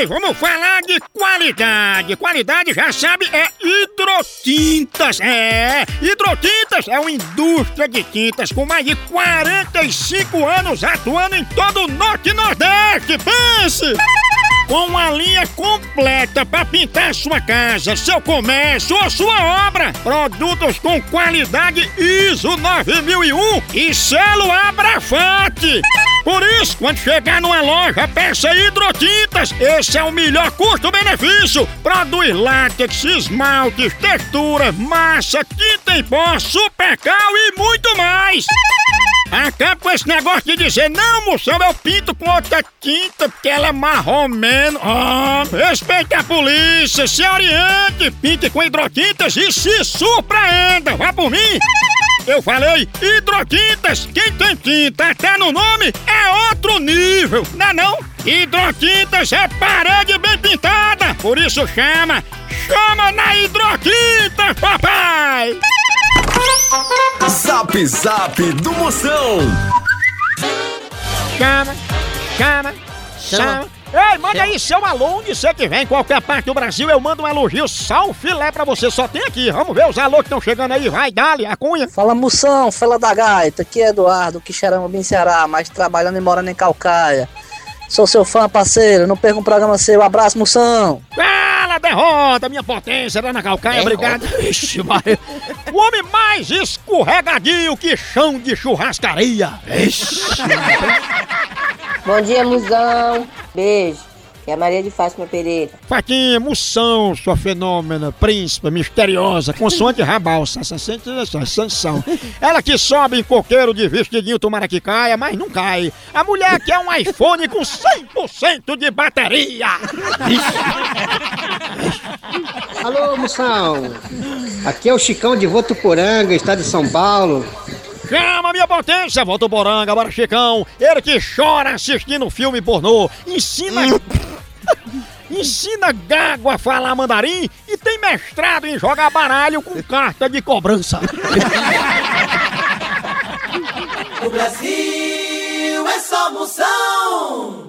Ei, vamos falar de qualidade. Qualidade, já sabe, é Hidrotintas. Hidrotintas é uma indústria de tintas com mais de 45 anos atuando em todo o Norte e Nordeste. Pense! Com uma linha completa para pintar sua casa, seu comércio ou sua obra. Produtos com qualidade ISO 9001 e selo Abrafate. Por isso, quando chegar numa loja, peça Hidrotintas. Esse é o melhor custo-benefício. Produz látex, esmaltes, textura, massa, tinta em pó, supercal e muito mais. Acaba com esse negócio de dizer, não, moção, eu pinto com outra tinta porque ela é marromeno. Respeite a polícia, se oriente, pinte com Hidrotintas e se surpreenda. Vá por mim. Eu falei Hidrotintas. Quem tem tinta até no nome é outro nível, não é não? Hidrotintas é parede bem pintada. Por isso chama na Hidrotintas, papai! Zap Zap do Moção. Chama. Ei, manda aí seu alô onde você estiver, em qualquer parte do Brasil, eu mando um elogio sal filé pra você, só tem aqui. Vamos ver os alô que estão chegando aí, vai, dá-lhe, a cunha. Fala Moção, fala da gaita, aqui é Eduardo, Quixeramobim, Ceará, mas trabalhando e morando em Calcaia. Sou seu fã, parceiro, não perca um programa seu, abraço Moção. Fala, derrota, minha potência, lá na Calcaia, obrigado. Ixi, Maria. O homem mais escorregadio que chão de churrascaria. Ixi. Bom dia, Musão. Beijo. É a Maria de Fátima Pereira. Fatinha, Moção, sua fenômena, príncipe, misteriosa, consoante rabalsa, sanção. Ela que sobe em coqueiro de vestidinho, tomara que caia, mas não cai. A mulher quer um iPhone com 100% de bateria. Alô, Moção. Aqui é o Chicão de Votuporanga, estado de São Paulo. Chama minha potência, Votuporanga, bora Chicão. Ele que chora assistindo filme pornô, ensina gago a falar mandarim e tem mestrado em jogar baralho com carta de cobrança. O Brasil é só Moção.